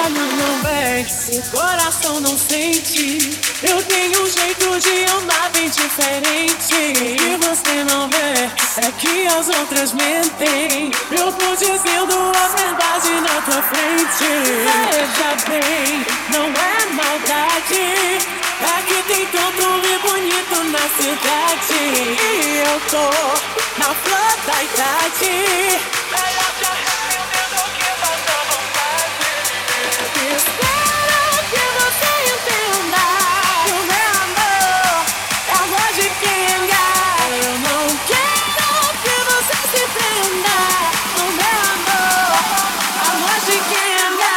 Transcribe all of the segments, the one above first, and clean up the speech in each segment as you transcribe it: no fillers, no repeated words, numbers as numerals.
olhos não vê, o coração não sente. Eu tenho um jeito de amar bem diferente. O que você não vê é que as outras mentem. Eu tô dizendo a verdade na tua frente. Veja bem, não é maldade, é que tem tanto homem bonito na cidade. E eu tô na flor da idade. Melhor te arrepender do que passar vontade. Espero que você entenda que o meu amor é amor de quenga. Eu não quero que você se prenda. O meu amor, amor de quenga.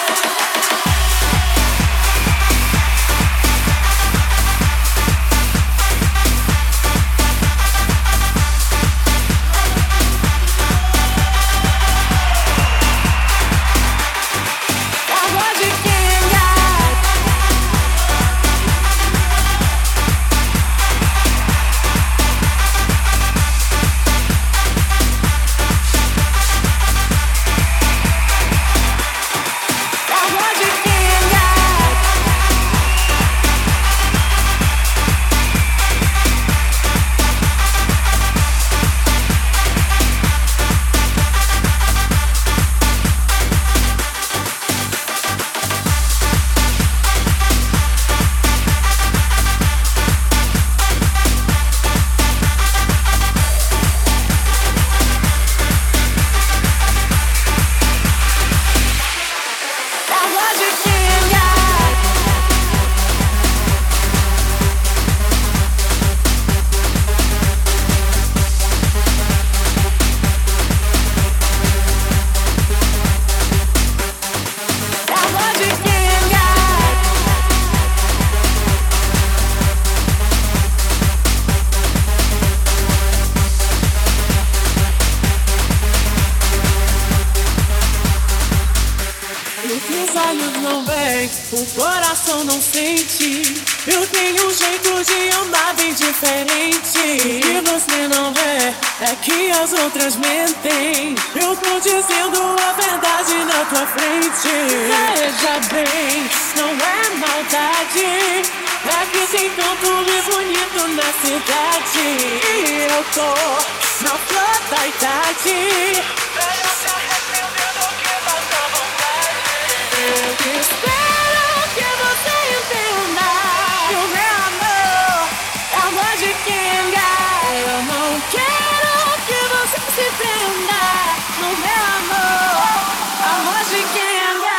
Os olhos não veem, o coração não sente. Eu tenho um jeito de amar bem diferente. O que você não vê é que as outras mentem. Eu tô dizendo a verdade na tua frente. Veja bem, não é maldade, é que tem tanto homem bonito na cidade. E eu tô na flor da idade. Melhor se arrepender do que passar vontade. Eu espero que você entenda que o meu amor é amor de quenga. Eu não quero que você se prenda. No meu amor, amor de quenga.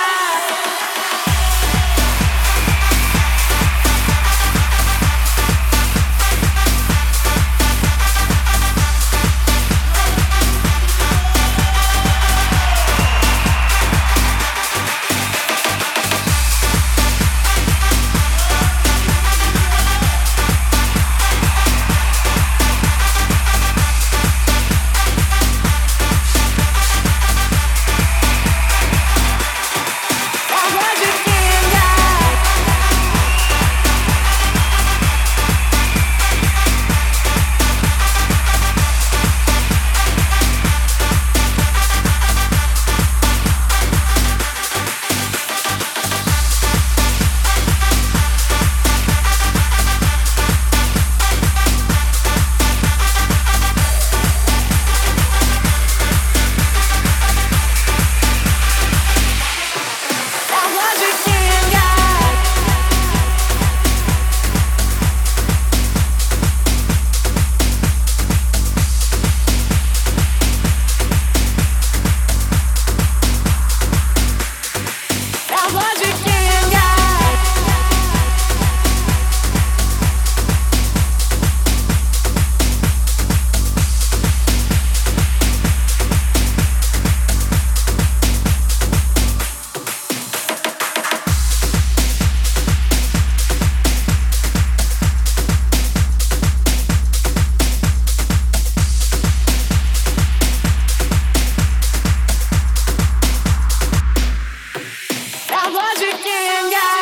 Pode quenga.